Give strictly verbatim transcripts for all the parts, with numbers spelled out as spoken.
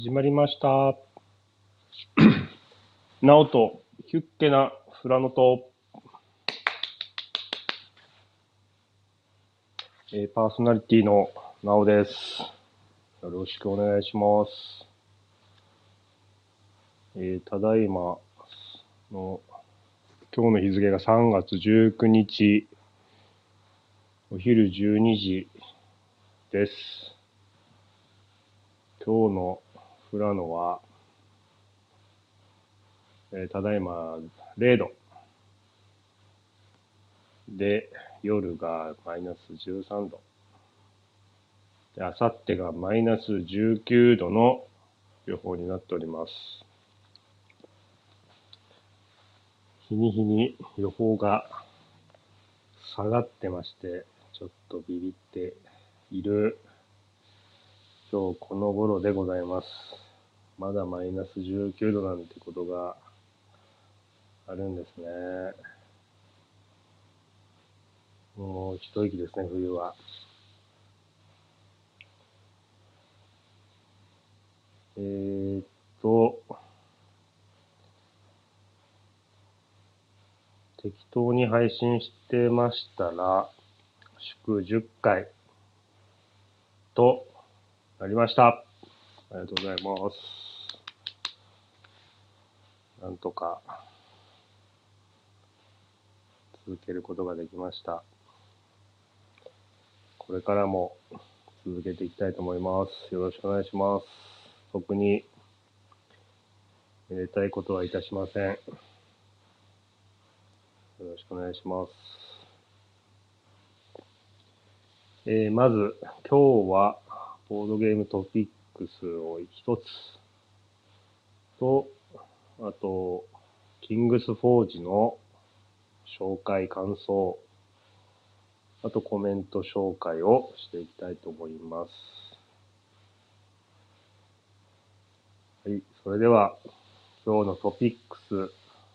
始まりました。なおと、ヒュッケなフラノと、えーパーソナリティのなおです。よろしくお願いします。えーただいまの、今日の日付がさんがつじゅうくにち、お昼じゅうにじです。今日のフラノは、えーただいまれいどで、夜がマイナスじゅうさんど。あさってがマイナスじゅうきゅうどの予報になっております。日に日に予報が下がってまして、ちょっとビビっている今日この頃でございます。まだマイナスじゅうきゅうどなんてことがあるんですね。もう一息ですね、冬は。えーっと、適当に配信してましたら、祝じゅっかいとなりました。ありがとうございます。なんとか続けることができました。これからも続けていきたいと思います。よろしくお願いします。特にめでたいことはいたしません。よろしくお願いします。えーまず、今日は、ボードゲームトピックスを一つと、あと、キングスフォージの紹介、感想、あとコメント紹介をしていきたいと思います。はい、それでは、今日のトピックス、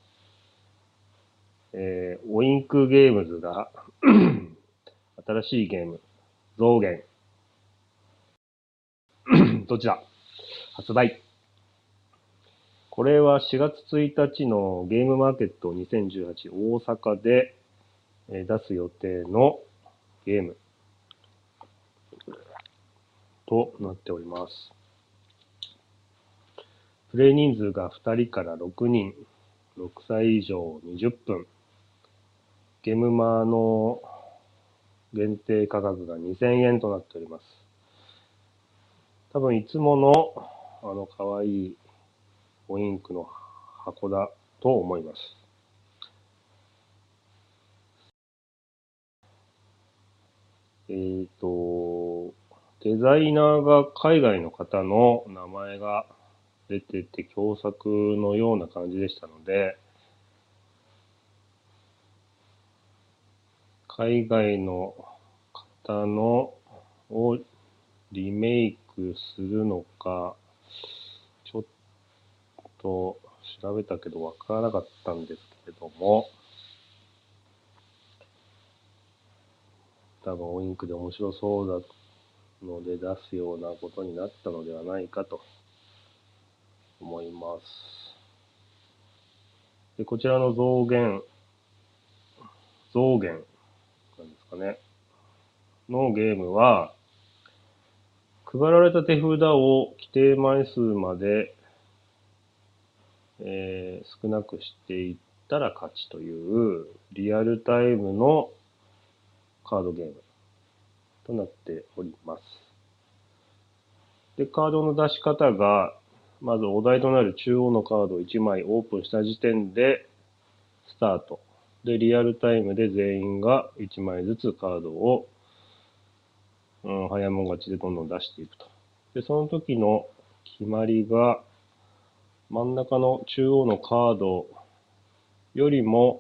えー、オインクゲームズが新しいゲーム、増減、どちら発売。これはしがつついたちのゲームマーケットにせんじゅうはち大阪で出す予定のゲームとなっております。プレイ人数がふたりからろくにん、ろくさい以上にじゅっぷん、ゲームマの限定価格がにせんえんとなっております。多分いつものあの可愛いオインクの箱だと思います。えっ、と、デザイナーが海外の方の名前が出てて共作のような感じでしたので、海外の方のをリメイクするのか、ちょっと調べたけどわからなかったんですけれども、多分オインクで面白そうだので出すようなことになったのではないかと思います。で、こちらの増減、増減なんですかね、のゲームは、配られた手札を規定枚数まで、えー少なくしていったら勝ちというリアルタイムのカードゲームとなっております。で、カードの出し方が、まずお題となる中央のカードをいちまいオープンした時点でスタート。で、リアルタイムで全員がいちまいずつカードを、うん、早もん勝ちでどんどん出していくと。で、その時の決まりが、真ん中の中央のカードよりも、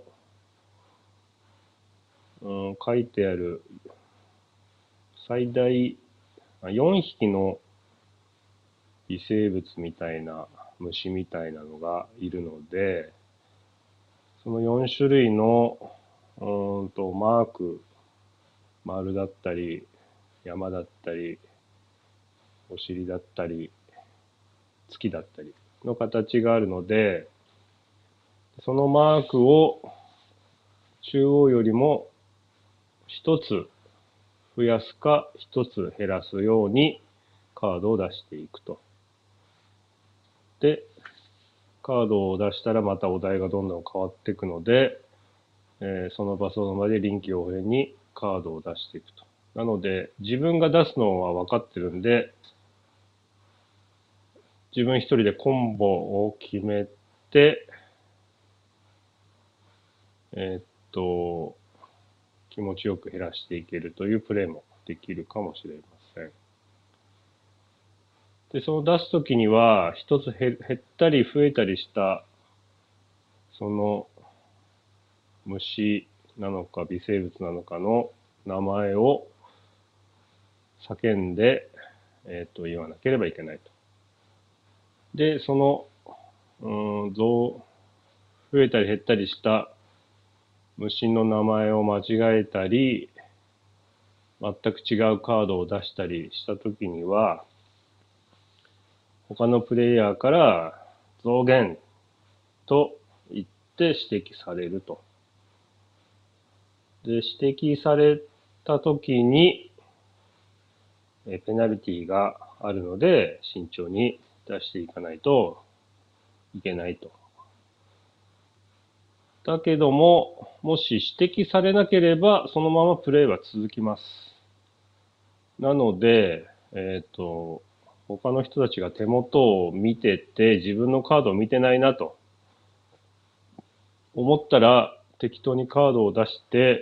うん、書いてある最大よんひきの微生物みたいな虫みたいなのがいるので、そのよんしゅるいのうーんとマーク、丸だったり、山だったり、お尻だったり、 月だったりの形があるので、そのマークを中央よりも一つ増やすか一つ減らすようにカードを出していくと。で、カードを出したらまたお題がどんどん変わっていくので、えーその場その場で臨機応変にカードを出していくと。なので、自分が出すのは分かってるんで、自分一人でコンボを決めて、えーっと、気持ちよく減らしていけるというプレイもできるかもしれません。で、その出すときには、一つ減ったり増えたりした、その虫なのか微生物なのかの名前を叫んで、えっと、言わなければいけないと。で、その、うん、増、増えたり減ったりした虫の名前を間違えたり、全く違うカードを出したりしたときには、他のプレイヤーから増減と言って指摘されると。で、指摘されたときに、ペナルティがあるので、慎重に出していかないといけないと。だけども、もし指摘されなければ、そのままプレイは続きます。なので、えっと、他の人たちが手元を見てて、自分のカードを見てないなと思ったら、適当にカードを出して、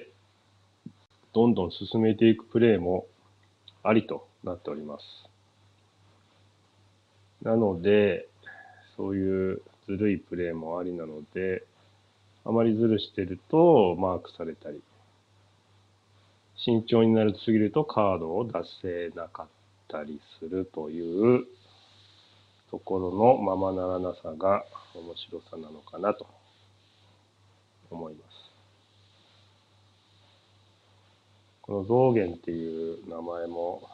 どんどん進めていくプレイもありとなっております。なので、そういうずるいプレイもありなので、あまりずるしてるとマークされたり、慎重になるすぎるとカードを出せなかったりするというところのままならなさが面白さなのかなと思います。この増減っていう名前も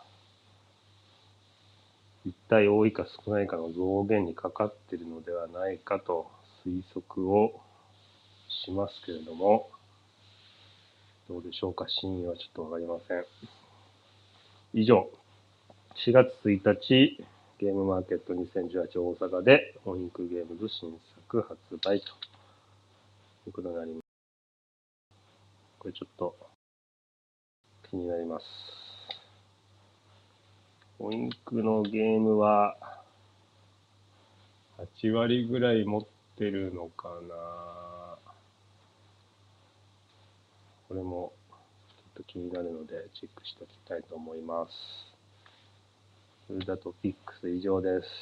一体多いか少ないかの増減にかかっているのではないかと推測をしますけれども、どうでしょうか。真意はちょっとわかりません。以上、しがつついたち、ゲームマーケットにせんじゅうはち大阪で、オインクゲームズ新作発売ということになります。これちょっと気になります。オインクのゲームははちわりぐらい持ってるのかな。これもちょっと気になるのでチェックしておきたいと思います。それだとトピックス以上です。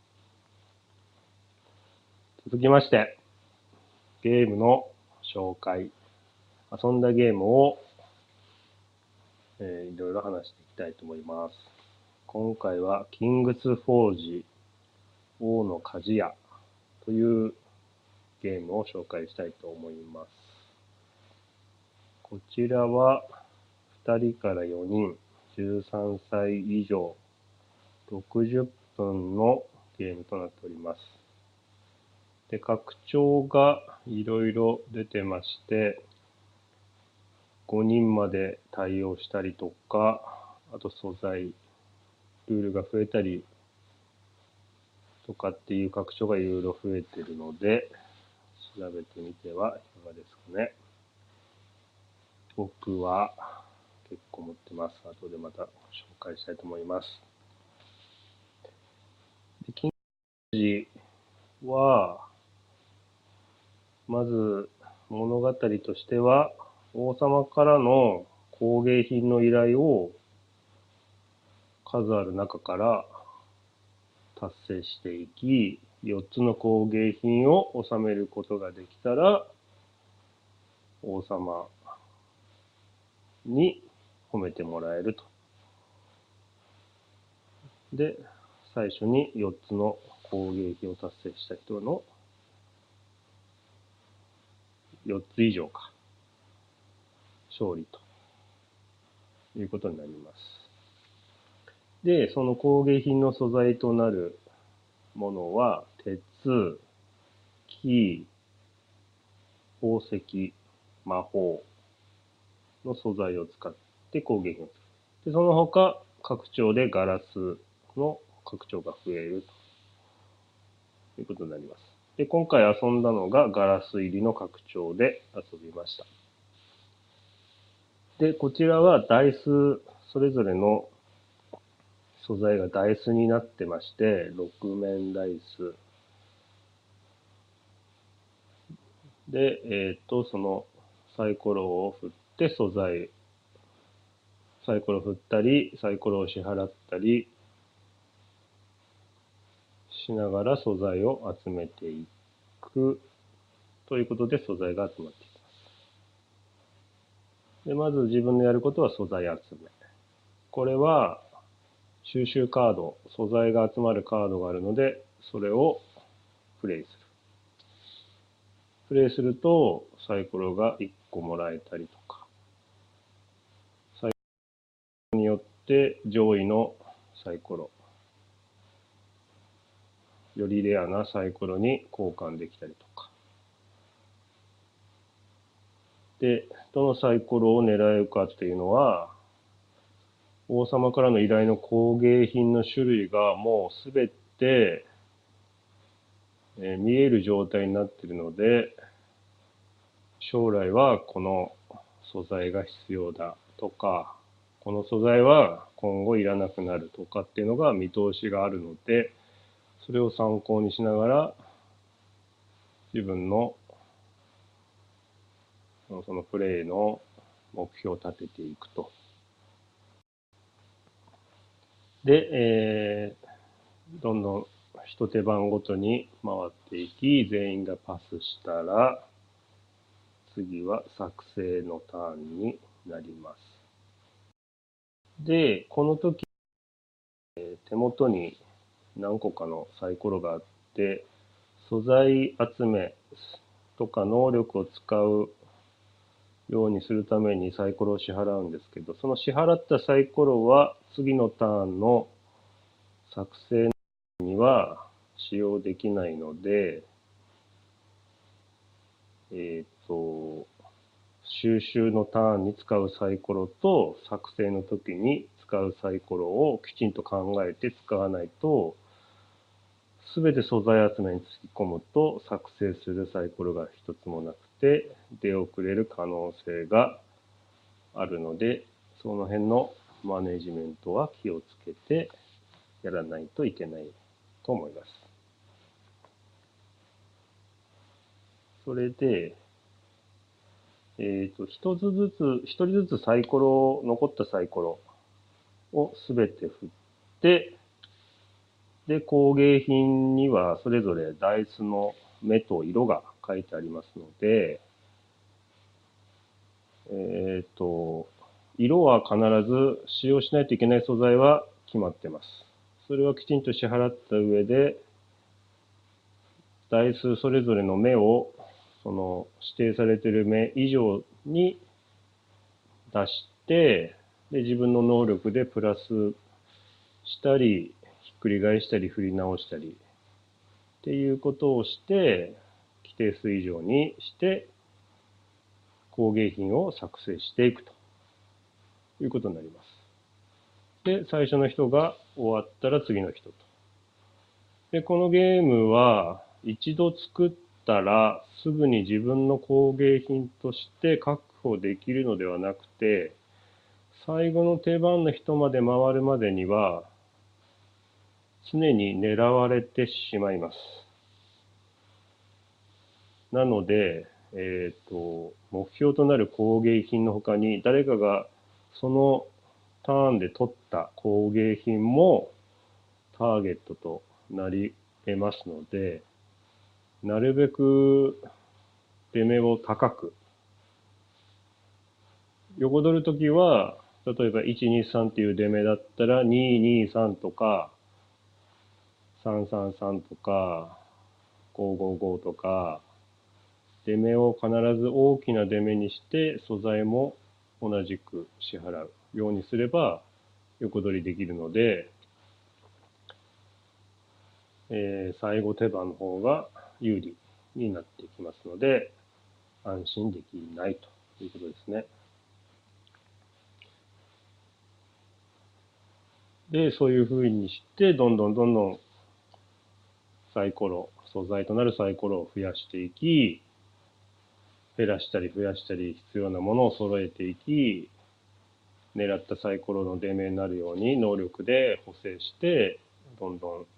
続きまして、ゲームの紹介。遊んだゲームを、えー、いろいろ話していきたいと思います。今回は、キングスフォージ王の鍛冶屋というゲームを紹介したいと思います。こちらは、ふたりからよにん、じゅうさんさい以上、ろくじゅっぷんのゲームとなっております。で、拡張がいろいろ出てまして、ごにんまで対応したりとか、あと素材、ルールが増えたりとかっていう拡張がいろいろ増えてるので、調べてみてはいかがですかね。僕は結構持ってます。後でまた紹介したいと思います。で、キングジは、まず物語としては、王様からの工芸品の依頼を数ある中から達成していき、よっつの工芸品を収めることができたら、王様に褒めてもらえると。で、最初によっつの工芸品を達成した人のよっつ以上か、勝利ということになります。で、その工芸品の素材となるものは鉄、木、宝石、魔法の素材を使って工芸品を作る。で、その他、拡張でガラスの拡張が増えるということになります。で、今回遊んだのがガラス入りの拡張で遊びました。で、こちらはダイス、それぞれの素材がダイスになってまして、ろく面ダイス。で、えっと、そのサイコロを振って素材、サイコロ振ったり、サイコロを支払ったりしながら素材を集めていくということで素材が集まっていきます。で、まず自分のやることは素材集め。これは収集カード、素材が集まるカードがあるので、それをプレイする。プレイするとサイコロがいっこもらえたりとか、サイコロによって上位のサイコロ、よりレアなサイコロに交換できたりとか。で、どのサイコロを狙えるかっていうのは、王様からの依頼の工芸品の種類がもうすべて、えー見える状態になっているので、将来はこの素材が必要だとか、この素材は今後いらなくなるとかっていうのが見通しがあるので、それを参考にしながら自分のそのプレイの目標を立てていくと。で、えー、どんどん一手番ごとに回っていき、全員がパスしたら、次は作成のターンになります。で、この時、手元に何個かのサイコロがあって、素材集めとか能力を使うようにするためにサイコロを支払うんですけど、その支払ったサイコロは次のターンの作成には使用できないので、えっと、収集のターンに使うサイコロと作成の時に使うサイコロをきちんと考えて使わないと、すべて素材集めに突き込むと作成するサイコロが一つもなくて出遅れる可能性があるので、その辺のマネジメントは気をつけてやらないといけないと思います。それで、えっと、一つずつ、一人ずつサイコロ、残ったサイコロをすべて振って、で、工芸品にはそれぞれダイスの目と色が書いてありますので、えっと、色は必ず使用しないといけない素材は決まってます。それはきちんと支払った上で、台数それぞれの目を、その指定されている目以上に出して、で、自分の能力でプラスしたり、ひっくり返したり、振り直したり、っていうことをして、規定数以上にして、工芸品を作成していくということになります。で、最初の人が終わったら次の人と。で、このゲームは一度作ったらすぐに自分の工芸品として確保できるのではなくて、最後の手番の人まで回るまでには常に狙われてしまいます。なので、えっと、目標となる工芸品の他に誰かがそのターンで取った工芸品もターゲットとなり得ますので、なるべく出目を高く。横取るときは、例えばいちにさんっていう出目だったらににさんとかさんさんさんとかごごごとか、出目を必ず大きな出目にして素材も同じく支払うようにすれば横取りできるので、 えー最後手番の方が有利になってきますので、安心できないということですね。で、そういう風にして、どんどんどんどんサイコロ、素材となるサイコロを増やしていき、減らしたり増やしたり必要なものを揃えていき、狙ったサイコロの出目になるように能力で補正して、どんど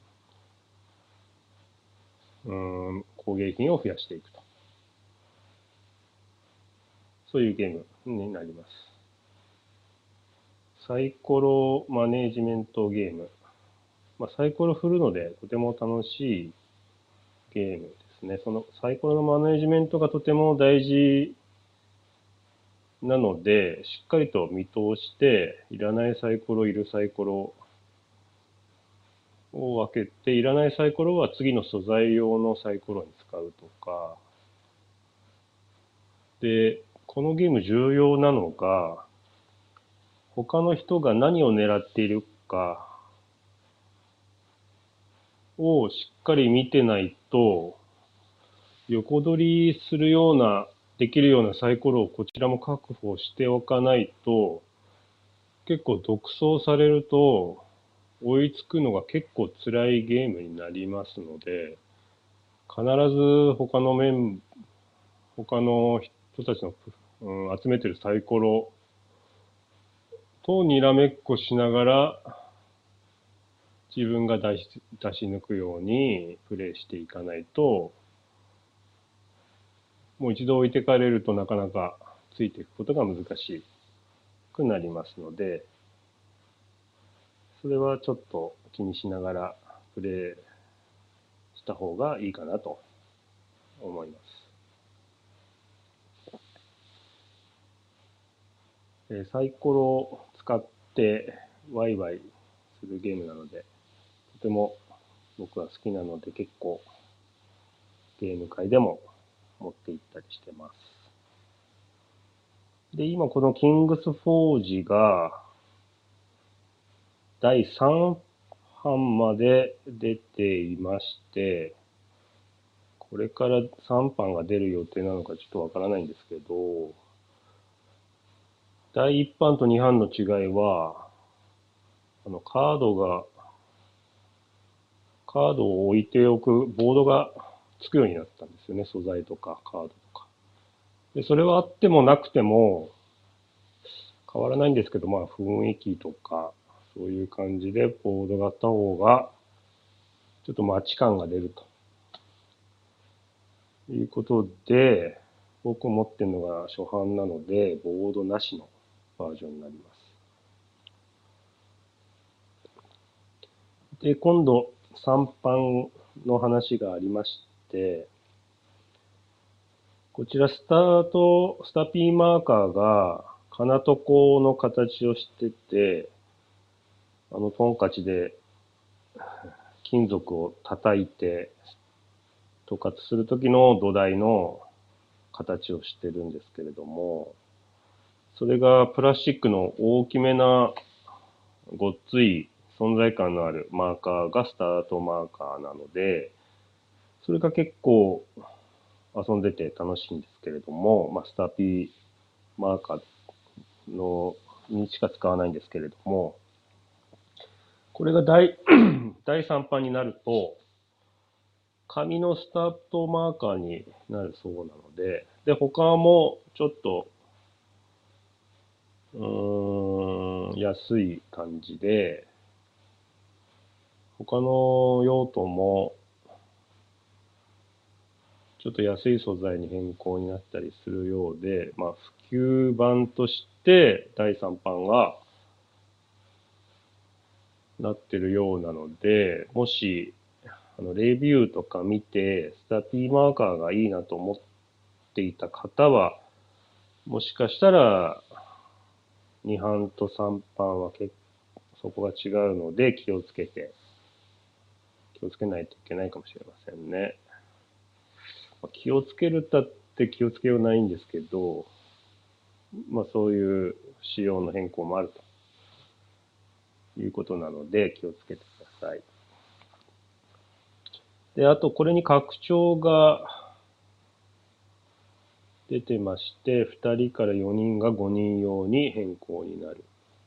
ん、うん、工芸品を増やしていくと。そういうゲームになります。サイコロマネージメントゲーム。まあ、サイコロ振るのでとても楽しいゲームですね。そのサイコロのマネージメントがとても大事なので、しっかりと見通して、いらないサイコロ、いるサイコロを分けて、いらないサイコロは次の素材用のサイコロに使うとか。で、このゲーム重要なのが、他の人が何を狙っているかをしっかり見てないと、横取りするような、できるようなサイコロをこちらも確保しておかないと、結構独走されると、追いつくのが結構辛いゲームになりますので、必ず他のメン、他の人たちの、うん、集めてるサイコロとにらめっこしながら自分が出し出し抜くようにプレイしていかないと、もう一度置いてかれるとなかなかついていくことが難しくなりますので、それはちょっと気にしながらプレイした方がいいかなと思います。えサイコロを使ってワイワイするゲームなので、とても僕は好きなので、結構ゲーム会でも持って行ったりしてます。で、今このキングスフォージがだいさんばんまで出ていまして、これからさんばんが出る予定なのかちょっとわからないんですけど、だいいち版とに版の違いは、あの、カードが、カードを置いておくボードがつくようになったんですよね。素材とかカードとか。で、それはあってもなくても変わらないんですけど、まあ雰囲気とか、そういう感じでボードがあった方が、ちょっと街感が出るということで、僕持ってるのが初版なので、ボードなしのバージョンになります。で、今度さん版の話がありまして、こちらスタート、スタピーマーカーが金床の形をしてて、あのトンカチで金属を叩いて統括する時の土台の形をしてるんですけれども、それがプラスチックの大きめなごっつい存在感のあるマーカーがスタートマーカーなので、それが結構遊んでて楽しいんですけれども、まあ、スタピーマーカーのにしか使わないんですけれども、これが第第さん版になると、紙のスタートマーカーになるそうなので、で、他もちょっと、うーん、安い感じで、他の用途もちょっと安い素材に変更になったりするようで、まあ、普及版としてだいさん版がなってるようなので、もし、あの、レビューとか見て、スタピーマーカーがいいなと思っていた方は、もしかしたら、に版とさん版は結構そこが違うので気をつけて、気をつけないといけないかもしれませんね。気をつけるたって気をつけようないんですけど、まあそういう仕様の変更もあるということなので気をつけてください。 で、あとこれに拡張が出てまして、ふたりからよにんがごにん用に変更になる。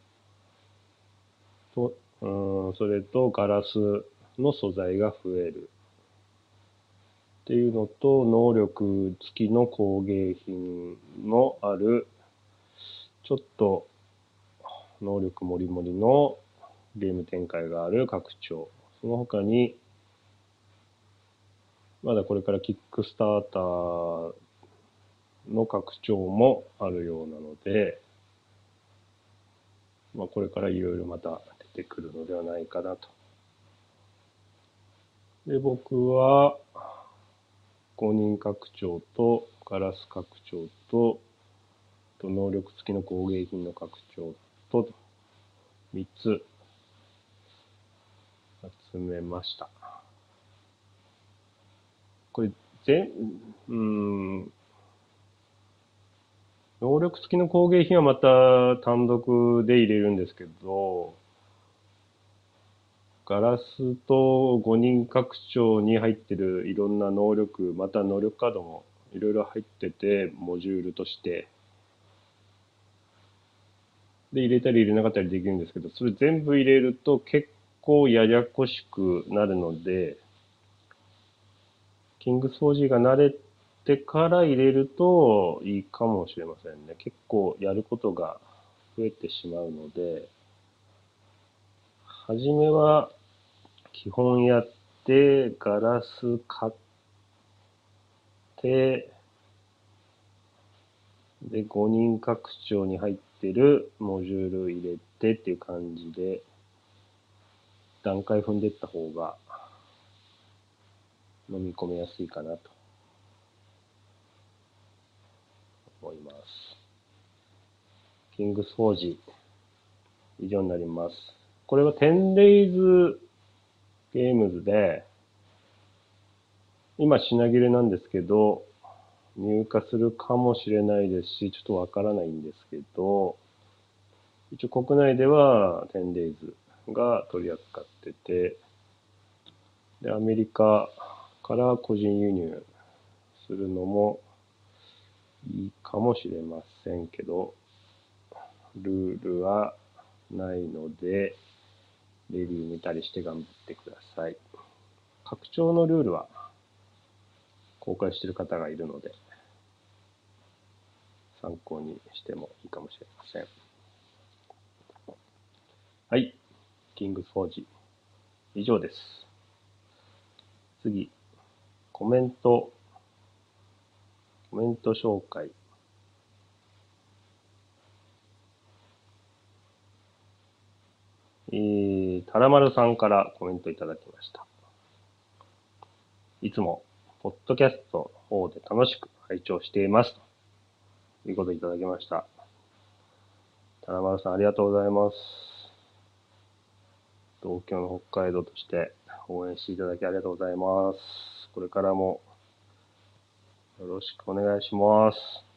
と、うん、それとガラスの素材が増える。っていうのと、能力付きの工芸品のある、ちょっと能力もりもりのゲーム展開がある拡張。その他に、まだこれからキックスターターの拡張もあるようなので、まあ、これからいろいろまた出てくるのではないかなと。で、僕は、ごにん拡張とガラス拡張と、能力付きの工芸品の拡張と、みっつ集めました。これ、全、うん、能力付きの工芸品はまた単独で入れるんですけど、ガラスとごにん拡張に入ってるいろんな能力、また能力カードもいろいろ入ってて、モジュールとして。で、入れたり入れなかったりできるんですけど、それ全部入れると結構ややこしくなるので、キング掃除が慣れてから入れるといいかもしれませんね。結構やることが増えてしまうので、はじめは基本やって、ガラス買って、で、ごにん拡張に入ってるモジュール入れてっていう感じで、段階踏んでいった方が飲み込みやすいかなと思います。キングスフォージ、以上になります。これは テンデイズ ゲームズで、今品切れなんですけど、入荷するかもしれないですし、ちょっとわからないんですけど、一応国内では テンデイズ が取り扱ってて、で、アメリカから個人輸入するのもいいかもしれませんけど、ルールはないので、レビュー見たりして頑張ってください。拡張のルールは公開している方がいるので、参考にしてもいいかもしれません。はい。キングスフォージ、以上です。次、コメント、コメント紹介。えー、たらまるさんからコメントいただきました。いつも、ポッドキャストの方で楽しく拝聴しています。ということいただきました。たらまるさん、ありがとうございます。同郷の北海道として応援していただきありがとうございます。これからもよろしくお願いします。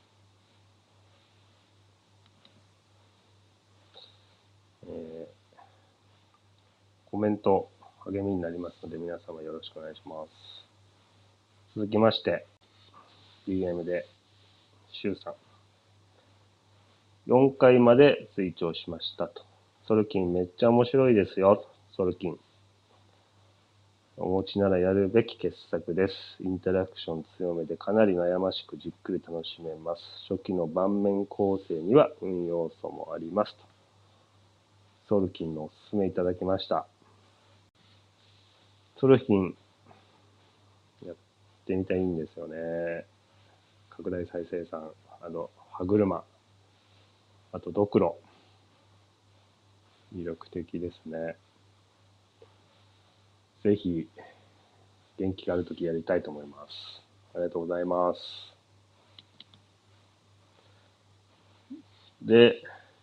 えー、コメント励みになりますので皆様よろしくお願いします。続きまして、ディーエム で、シュウさん。よんかいまで追聴しましたと。ソルキンめっちゃ面白いですよ。ソルキン。お持ちならやるべき傑作です。インタラクション強めでかなり悩ましくじっくり楽しめます。初期の盤面構成には運要素もありますと。ソルキンのおすすめいただきました。ソルキンやってみたいんですよね。拡大再生産、あの、歯車、あとドクロ。魅力的ですね。ぜひ、元気があるときやりたいと思います。ありがとうございます。で、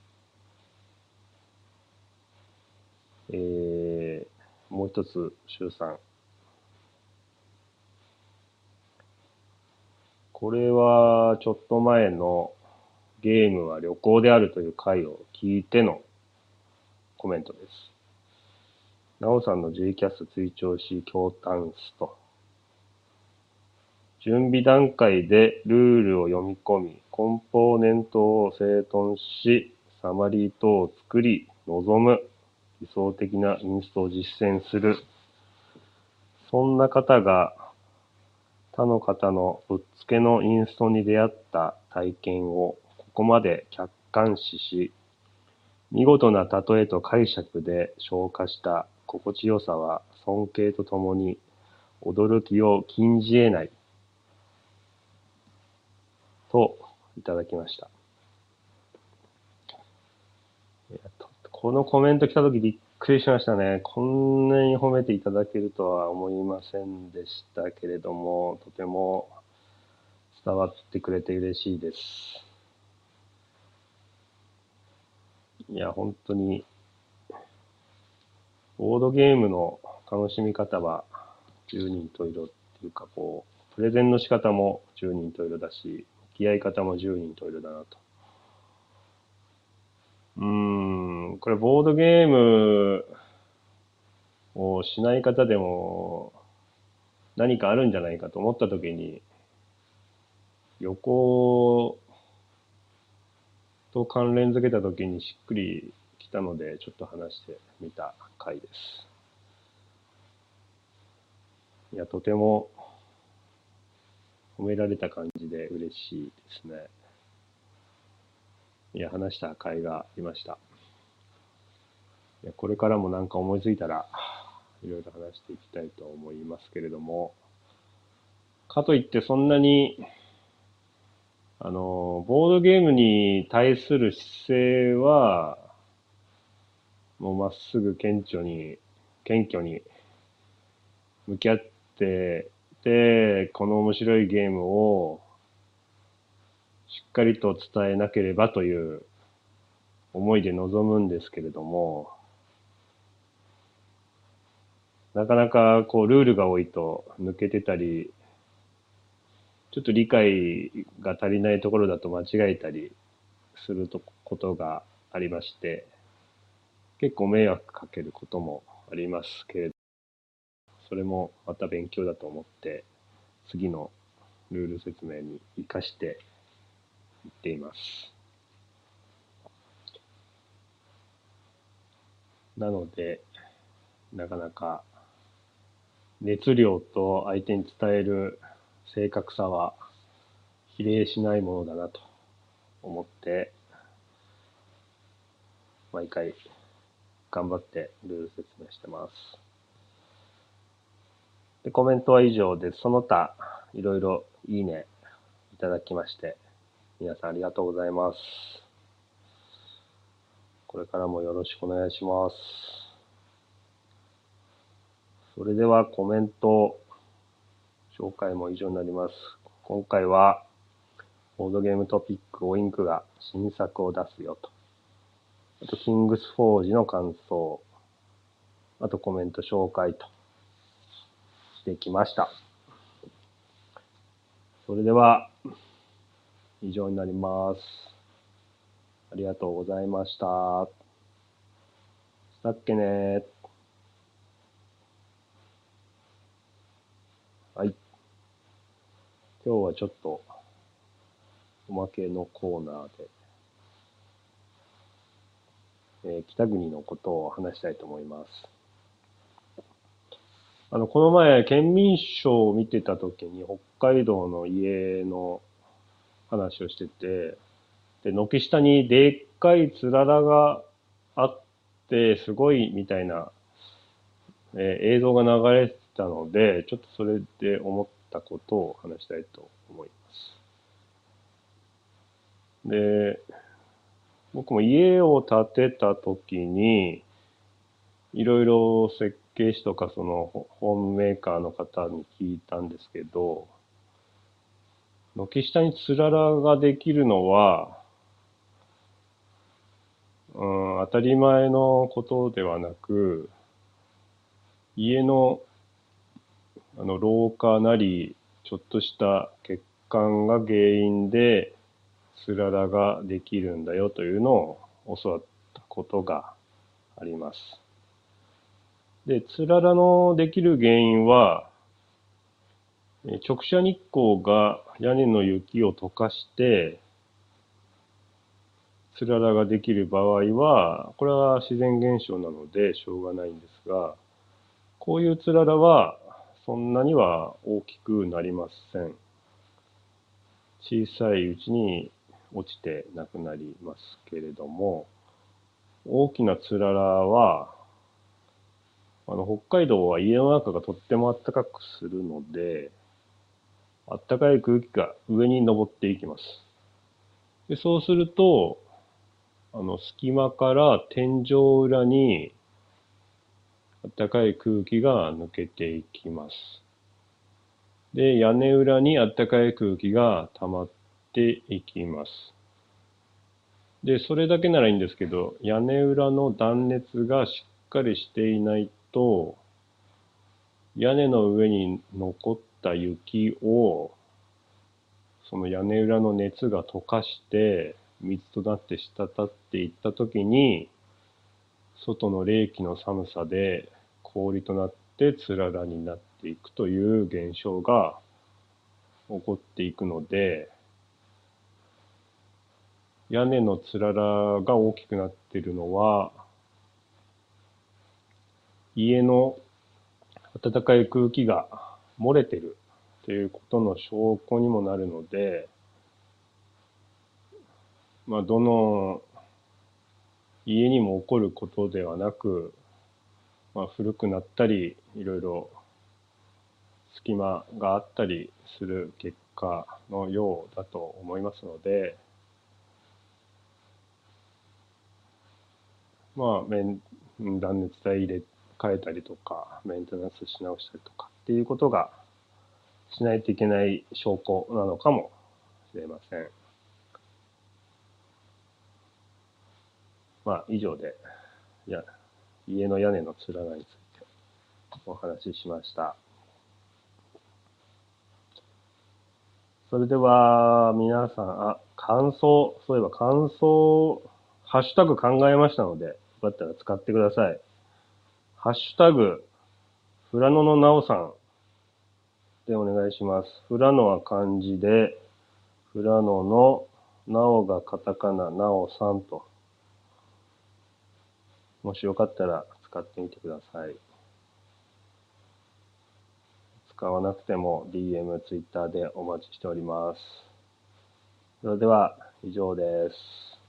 えー、もう一つ、シュウさん。これは、ちょっと前のゲームは旅行であるという回を聞いてのコメントです。なおさんの J キャス追聴し、驚嘆すと。 準備段階でルールを読み込み、コンポーネントを整頓し、サマリー等を作り、望む理想的なインストを実践する。そんな方が他の方のぶっつけのインストに出会った体験をここまで客観視し、見事な例えと解釈で消化した心地よさは尊敬とともに驚きを禁じ得ないといただきました。このコメント来たときびっくりしましたね。こんなに褒めていただけるとは思いませんでしたけれども、とても伝わってくれて嬉しいです。いや、本当に、ボードゲームの楽しみ方は十人十色っていうか、こう、プレゼンの仕方も十人十色だし、向き合い方も十人十色だなと。うーん、これボードゲームをしない方でも何かあるんじゃないかと思ったときに、横と関連づけたときにしっくりきたので、ちょっと話してみた回です。いや、とても褒められた感じで嬉しいですね。いや、話した甲斐がありました。いや、これからもなんか思いついたら、いろいろ話していきたいと思いますけれども、かといってそんなに、あの、ボードゲームに対する姿勢は、もうまっすぐ顕著に、謙虚に向き合って、で、この面白いゲームをしっかりと伝えなければという思いで臨むんですけれども、なかなかこうルールが多いと抜けてたり、ちょっと理解が足りないところだと間違えたりすることがありまして、結構迷惑かけることもありますけれど、それもまた勉強だと思って、次のルール説明に活かしていっています。なので、なかなか熱量と相手に伝える正確さは比例しないものだなと思って、毎回頑張ってルール説明してます。で、コメントは以上です。その他、いろいろいいねいただきまして、皆さんありがとうございます。これからもよろしくお願いします。それではコメント紹介も以上になります。今回は、ボードゲームトピックオインクが新作を出すよと。あと、キングスフォージの感想。あと、コメント紹介としてきました。それでは、以上になります。ありがとうございました。したっけね。はい。今日はちょっと、おまけのコーナーで、えー、北国のことを話したいと思います。あの、この前、県民賞を見てた時に、北海道の家の話をしてて、で、軒下にでっかいつららがあって、すごいみたいな、えー映像が流れてたので、ちょっとそれで思ったことを話したいと思います。で、僕も家を建てた時に、いろいろ設計士とかそのホームメーカーの方に聞いたんですけど、軒下につららができるのは、うん、当たり前のことではなく、家のあの廊下なり、ちょっとした欠陥が原因で、つららができるんだよというのを教わったことがあります。で、つららのできる原因は、 え直射日光が屋根の雪を溶かして、つららができる場合は、これは自然現象なのでしょうがないんですが、こういうつららはそんなには大きくなりません。小さいうちに落ちてなくなりますけれども、大きなつららは、あの北海道は家の中がとっても暖かくするので、暖かい空気が上に上っていきます。でそうすると、あの隙間から天井裏に暖かい空気が抜けていきます。で、屋根裏に暖かい空気が溜まっていきます。で、それだけならいいんですけど、屋根裏の断熱がしっかりしていないと、屋根の上に残った雪を、その屋根裏の熱が溶かして、水となって滴っていったときに、外の冷気の寒さで氷となってつららになっていくという現象が起こっていくので、屋根のつららが大きくなっているのは、家の暖かい空気が漏れてるということの証拠にもなるので、まあ、どの家にも起こることではなく、まあ、古くなったり、いろいろ隙間があったりする結果のようだと思いますので、まあ、面断熱材入れ替えたりとか、メンテナンスし直したりとかっていうことがしないといけない証拠なのかもしれません。まあ、以上で、いや、家の屋根のつららについてお話ししました。それでは、皆さん、あ、感想、そういえば感想、ハッシュタグ考えましたので、よかったら使ってください。ハッシュタグ、フラノのなおさんでお願いします。フラノは漢字で、フラノのなおがカタカナ、なおさんと、もしよかったら使ってみてください。使わなくても ディーエム、ツイッターでお待ちしております。それでは以上です。